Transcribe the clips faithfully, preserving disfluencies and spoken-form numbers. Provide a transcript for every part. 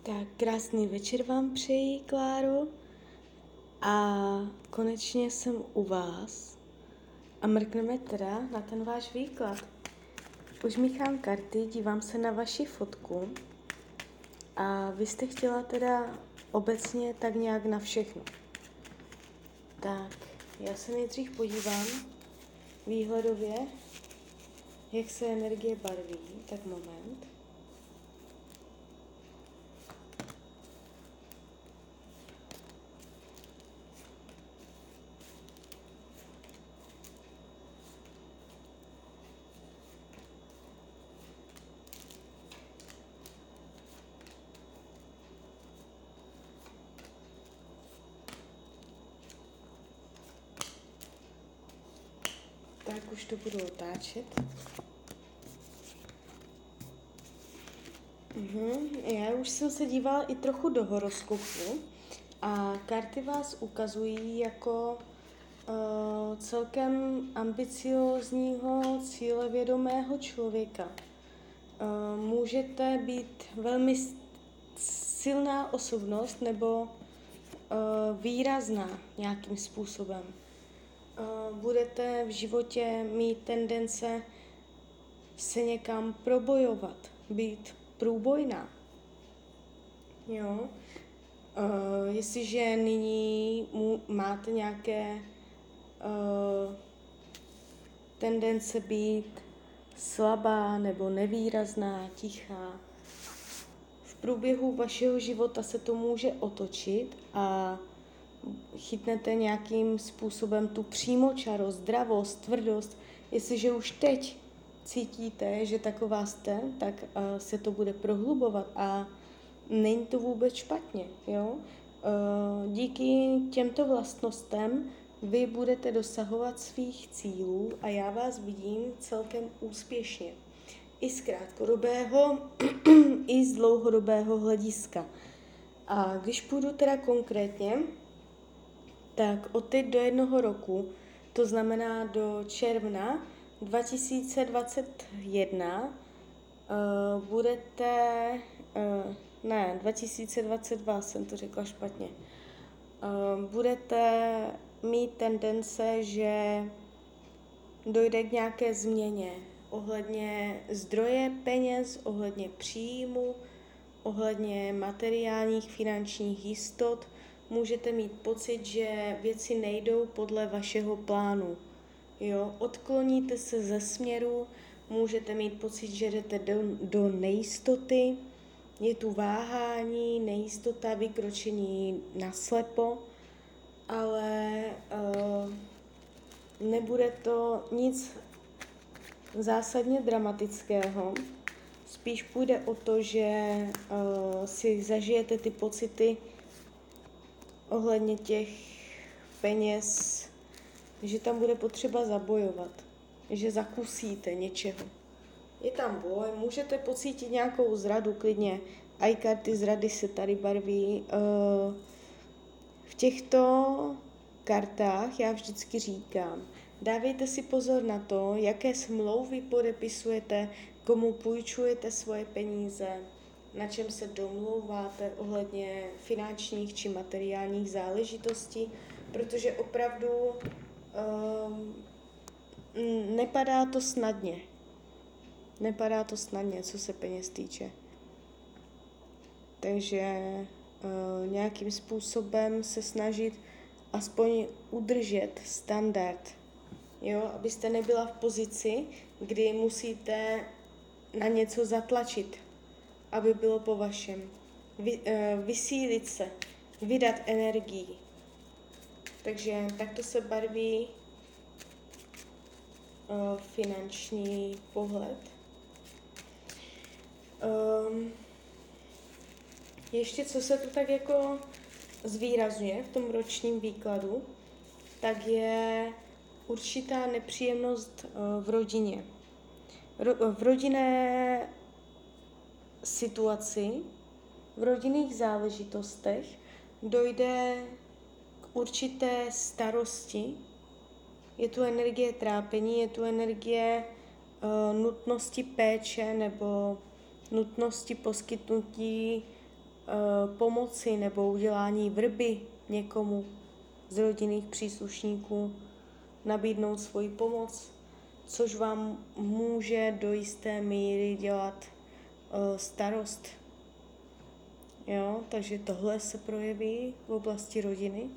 Tak krásný večer vám přeji, Kláro. A konečně jsem u vás. A mrkneme teda na ten váš výklad. Už míchám karty, dívám se na vaši fotku. A vy jste chtěla teda obecně tak nějak na všechno. Tak, já se nejdřív podívám výhledově, jak se energie barví. Tak moment. Tak už to budu otáčet. Uhum. Já už jsem se dívala i trochu do horoskopu a karty vás ukazují jako uh, celkem ambiciózního, cílevědomého člověka. Uh, můžete být velmi silná osobnost nebo uh, výrazná nějakým způsobem. Uh, budete v životě mít tendence se někam probojovat, být průbojná. Jo. Uh, jestliže nyní mu, máte nějaké uh, tendence být slabá nebo nevýrazná, tichá, v průběhu vašeho života se to může otočit a chytnete nějakým způsobem tu přímočarost, zdravost, tvrdost. Jestliže už teď cítíte, že taková jste, tak uh, se to bude prohlubovat a není to vůbec špatně. Jo? Uh, díky těmto vlastnostem vy budete dosahovat svých cílů a já vás vidím celkem úspěšně. I z krátkodobého, i z dlouhodobého hlediska. A když půjdu teda konkrétně, tak od teď do jednoho roku, to znamená do června dva tisíce dvacet jedna, uh, budete, uh, ne, dva tisíce dvacet dva jsem to řekla špatně, uh, budete mít tendence, že dojde k nějaké změně ohledně zdroje peněz, ohledně příjmu, ohledně materiálních, finančních jistot. Můžete mít pocit, že věci nejdou podle vašeho plánu. Jo? Odkloníte se ze směru, můžete mít pocit, že jdete do, do nejistoty, je tu váhání, nejistota, vykročení naslepo, ale uh, nebude to nic zásadně dramatického. Spíš půjde o to, že uh, si zažijete ty pocity ohledně těch peněz, že tam bude potřeba zabojovat, že zakusíte něčeho. Je tam boj, můžete pocítit nějakou zradu klidně, a i karty zrady se tady barví. Uh, v těchto kartách já vždycky říkám, dávejte si pozor na to, jaké smlouvy podepisujete, komu půjčujete svoje peníze, na čem se domlouváte ohledně finančních či materiálních záležitostí, protože opravdu um, nepadá to snadně. Nepadá to snadně, co se peněz týče. Takže uh, nějakým způsobem se snažit aspoň udržet standard, jo, abyste nebyla v pozici, kdy musíte na něco zatlačit, aby bylo po vašem. Vy, uh, vysílit se, vydat energii. Takže takto se barví uh, finanční pohled. Um, ještě co se tu tak jako zvýrazňuje v tom ročním výkladu, tak je určitá nepříjemnost uh, v rodině. Ro- v rodinné situaci, v rodinných záležitostech dojde k určité starosti. Je tu energie trápení, je tu energie uh, nutnosti péče nebo nutnosti poskytnutí pomoci nebo udělání vrby někomu z rodinných příslušníků, nabídnout svoji pomoc, což vám může do jisté míry dělat uh, starost. Jo, takže tohle se projeví v oblasti rodiny.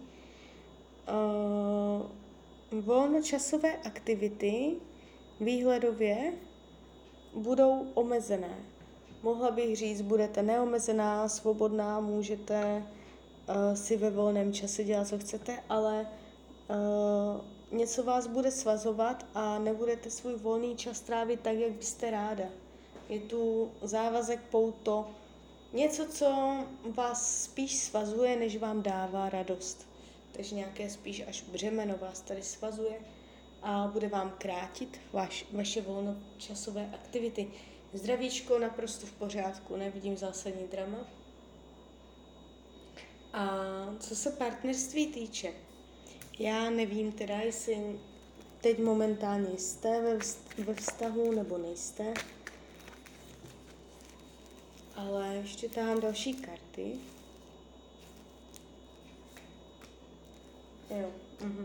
Uh, volnočasové aktivity výhledově budou omezené. Mohla bych říct, budete neomezená, svobodná, můžete uh, si ve volném čase dělat, co chcete, ale uh, něco vás bude svazovat a nebudete svůj volný čas trávit tak, jak byste ráda. Je tu závazek, pouto, něco, co vás spíš svazuje, než vám dává radost. Takže nějaké spíš až břemeno vás tady svazuje a bude vám krátit vaš, vaše volnočasové aktivity. Zdravíčko naprosto v pořádku, nevidím zásadní drama. A co se partnerství týče, já nevím teda, jestli teď momentálně jste ve, vz- ve vztahu nebo nejste, ale ještě tam další karty. Jo. Mhm.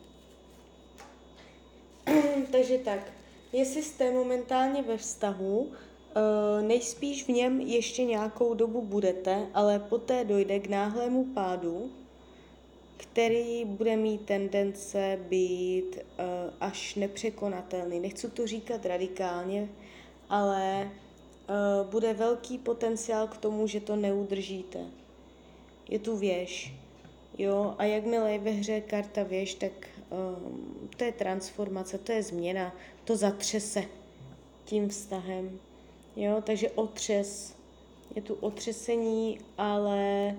Takže tak, jestli jste momentálně ve vztahu, nejspíš v něm ještě nějakou dobu budete, ale poté dojde k náhlému pádu, který bude mít tendence být až nepřekonatelný. Nechci to říkat radikálně, ale bude velký potenciál k tomu, že to neudržíte. Je tu věž. Jo, a jakmile je ve hře karta věž, tak um, to je transformace, to je změna, to zatřese tím vztahem. Jo, takže otřes, je tu otřesení, ale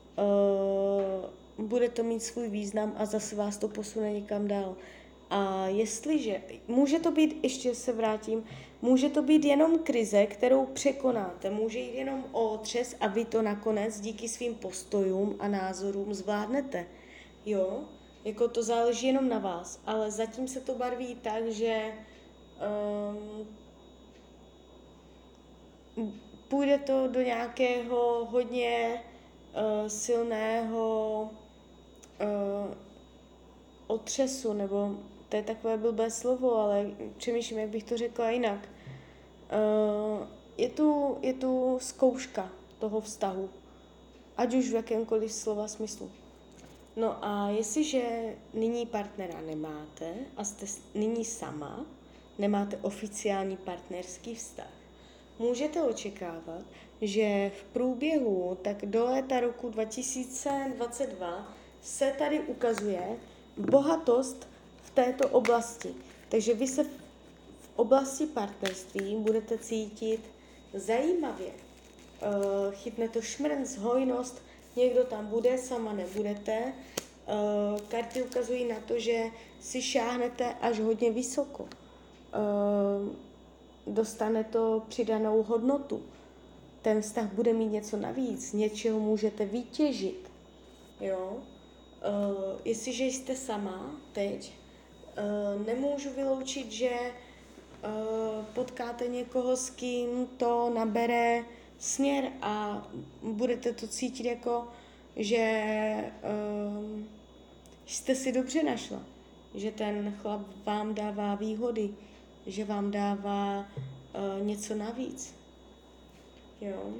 uh, bude to mít svůj význam a zase vás to posune někam dál. A jestliže, může to být, ještě se vrátím, může to být jenom krize, kterou překonáte, může jít jenom o otřes a vy to nakonec díky svým postojům a názorům zvládnete. Jo, jako to záleží jenom na vás, ale zatím se to barví tak, že um, půjde to do nějakého hodně uh, silného uh, otřesu, nebo to je takové blbé slovo, ale přemýšlím, jak bych to řekla jinak. Uh, je, tu, je tu zkouška toho vztahu, ať už v jakémkoliv slova smyslu. No a jestliže nyní partnera nemáte a jste nyní sama, nemáte oficiální partnerský vztah, můžete očekávat, že v průběhu tak do léta roku dva tisíce dvacet dva se tady ukazuje bohatost v této oblasti. Takže vy se v oblasti partnerství budete cítit zajímavě. Chytne to šmrnc, hojnost, někdo tam bude, sama nebudete. Karty ukazují na to, že si šáhnete až hodně vysoko. Dostane to přidanou hodnotu. Ten vztah bude mít něco navíc, z něčeho můžete vytěžit. Jo? Uh, jestliže jste sama teď, uh, nemůžu vyloučit, že uh, potkáte někoho, s kým to nabere směr a budete to cítit jako, že uh, jste si dobře našla, že ten chlap vám dává výhody, že vám dává uh, něco navíc. Jo?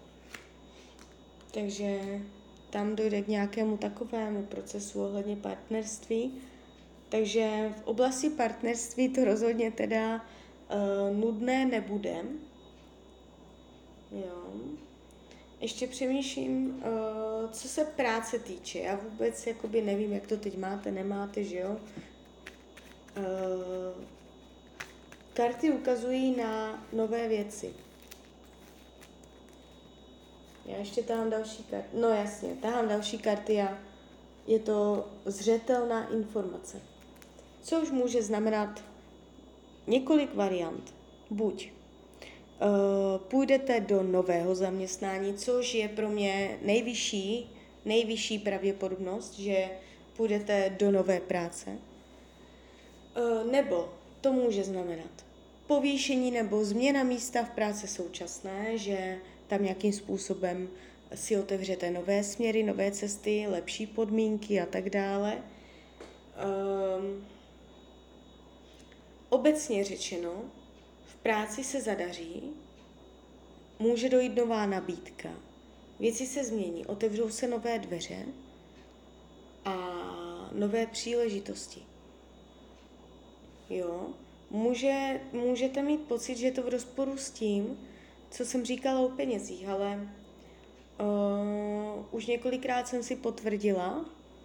Takže tam dojde k nějakému takovému procesu ohledně partnerství. Takže v oblasti partnerství to rozhodně teda uh, nudné nebude. Jo. Ještě přemýšlím, uh, co se práce týče. Já vůbec jakoby nevím, jak to teď máte, nemáte, že jo? Uh, karty ukazují na nové věci. Já ještě tahám další karty. No jasně, tahám další karty a je to zřetelná informace. Což může znamenat několik variant. Buď uh, půjdete do nového zaměstnání, což je pro mě nejvyšší, nejvyšší pravděpodobnost, že půjdete do nové práce. Uh, nebo to může znamenat povýšení nebo změna místa v práci současné, že tam nějakým způsobem si otevřete nové směry, nové cesty, lepší podmínky a tak dále. Um, obecně řečeno, v práci se zadaří, může dojít nová nabídka, věci se změní, otevřou se nové dveře a nové příležitosti. Jo? Může, můžete mít pocit, že je to v rozporu s tím, co jsem říkala o penězích, ale uh, už několikrát jsem si potvrdila,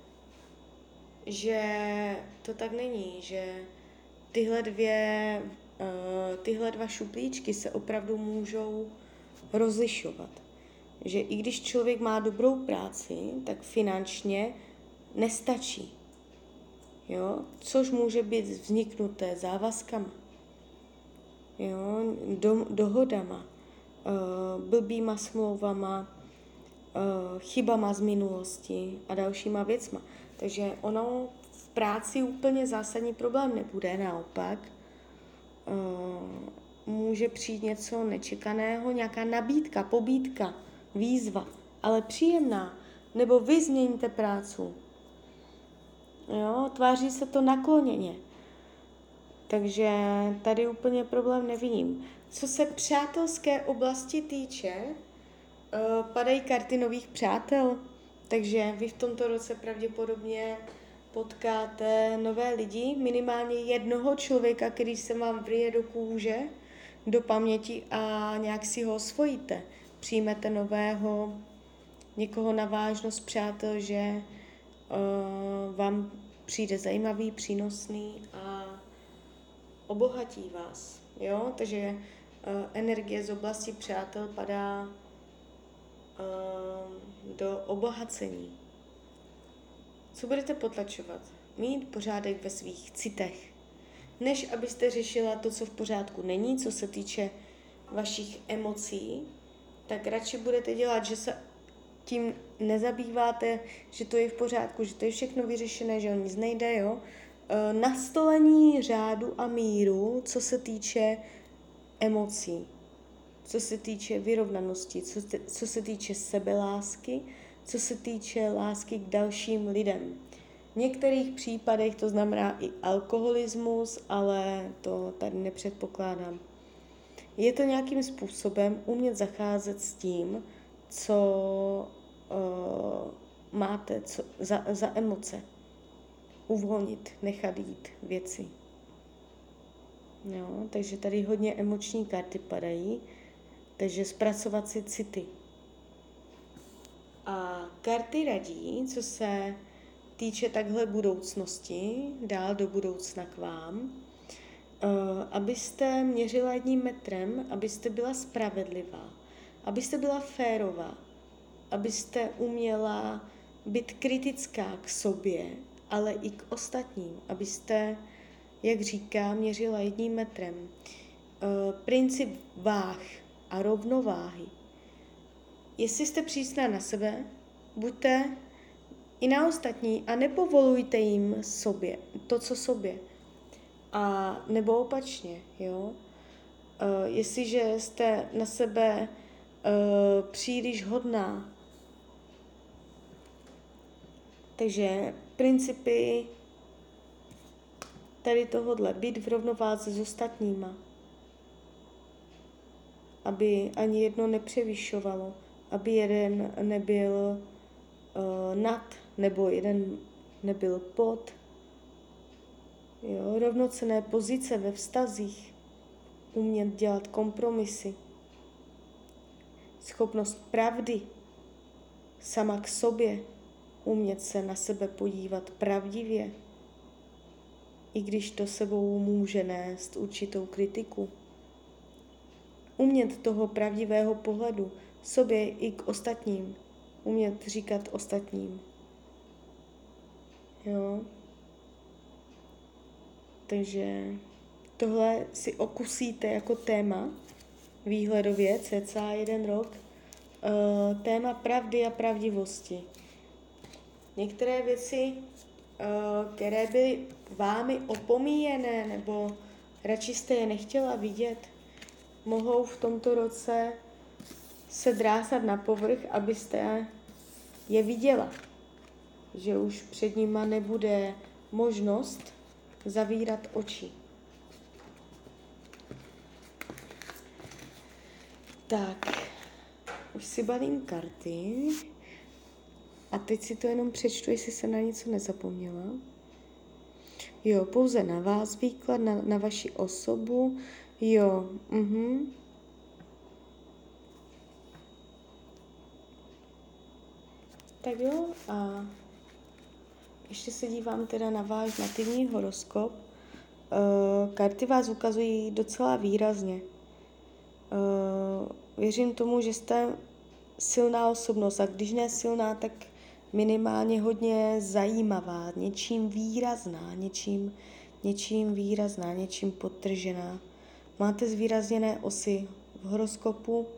že to tak není, že tyhle dvě, uh, tyhle dva šuplíčky se opravdu můžou rozlišovat. Že i když člověk má dobrou práci, tak finančně nestačí. Jo? Což může být vzniknuté závazkama, jo? Do, dohodama, uh, blbýma smlouvama, uh, chybama z minulosti a dalšíma věcma. Takže ono v práci úplně zásadní problém nebude, naopak. Uh, může přijít něco nečekaného, nějaká nabídka, pobídka, výzva, ale příjemná. Nebo vy změníte prácu. Jo, tváří se to nakloněně. Takže tady úplně problém nevidím. Co se přátelské oblasti týče, uh, padají karty nových přátel, takže vy v tomto roce pravděpodobně potkáte nové lidi, minimálně jednoho člověka, který se vám vrije do kůže, do paměti a nějak si ho osvojíte. Přijmete nového, někoho na vážnost přátel, že uh, vám přijde zajímavý, přínosný a obohatí vás. Jo? Takže uh, energie z oblasti přátel padá uh, do obohacení. Co budete potlačovat? Mít pořádek ve svých citech. Než abyste řešila to, co v pořádku není, co se týče vašich emocí, tak radši budete dělat, že se tím nezabýváte, že to je v pořádku, že to je všechno vyřešené, že o nic nejde, jo. E, nastolení řádu a míru, co se týče emocí, co se týče vyrovnanosti, co, te, co se týče sebelásky, co se týče lásky k dalším lidem. V některých případech to znamená i alkoholismus, ale to tady nepředpokládám. Je to nějakým způsobem umět zacházet s tím, co uh, máte co, za, za emoce. Uvolnit, nechat jít věci. Jo, takže tady hodně emoční karty padají, takže zpracovat si city. A karty radí, co se týče takhle budoucnosti, dál do budoucna k vám, uh, abyste měřila jedním metrem, abyste byla spravedlivá, abyste byla férová, abyste uměla být kritická k sobě, ale i k ostatním, abyste, jak říká, měřila jedním metrem. Uh, princip váh a rovnováhy. Jestli jste přísná na sebe, buďte i na ostatní a nepovolujte jim sobě, to, co sobě. A nebo opačně, jo. Uh, jestliže jste na sebe uh, příliš hodná, takže principy tady tohodle, být v rovnováze s ostatníma, aby ani jedno nepřevyšovalo, aby jeden nebyl uh, nad, nebo jeden nebyl pod. Jo, rovnocenné pozice ve vztazích, umět dělat kompromisy, schopnost pravdy sama k sobě, umět se na sebe podívat pravdivě, i když to sebou může nést určitou kritiku. Umět toho pravdivého pohledu sobě i k ostatním, umět říkat ostatním. Jo. Takže tohle si okusíte jako téma výhledově cca jeden rok. E, téma pravdy a pravdivosti. Některé věci, e, které byly vámi opomíjené, nebo radši jste je nechtěla vidět, mohou v tomto roce se drásat na povrch, abyste je viděla. Že už před nima nebude možnost zavírat oči. Tak, už si balím karty a teď si to jenom přečtu, jestli se na něco nezapomněla. Jo, pouze na vás výklad, na, na vaši osobu. Jo, mhm. Tak jo, a ještě se dívám teda na váš nativní horoskop. Uh, karty vás ukazují docela výrazně. Uh, věřím tomu, že jste silná osobnost a když ne silná, tak minimálně hodně zajímavá, něčím výrazná, něčím, něčím výrazná, něčím podtržená. Máte zvýrazněné osy v horoskopu,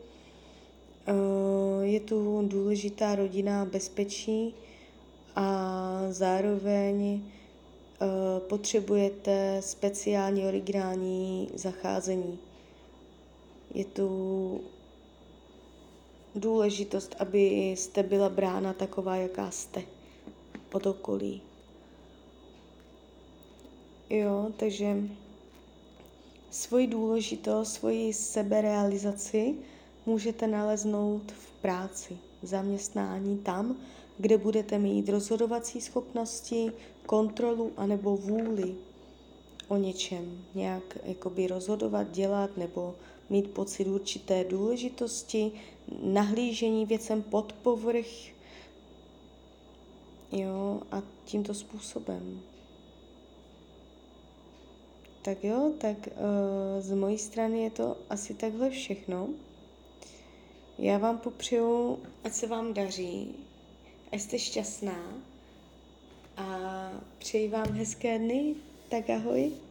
je tu důležitá rodina bezpečí a zároveň potřebujete speciální originální zacházení. Je tu důležitost, aby jste byla brána taková, jaká jste od okolí. Jo, takže svoji důležitost, svoji seberealizaci můžete naleznout v práci, v zaměstnání, tam, kde budete mít rozhodovací schopnosti, kontrolu anebo vůli o něčem. Nějak jakoby rozhodovat, dělat nebo mít pocit určité důležitosti, nahlížení věcem pod povrch. Jo, a tímto způsobem. Tak jo, tak uh, z mojí strany je to asi takhle všechno. Já vám popřeju, ať se vám daří, ať jste šťastná a přeji vám hezké dny. Tak ahoj.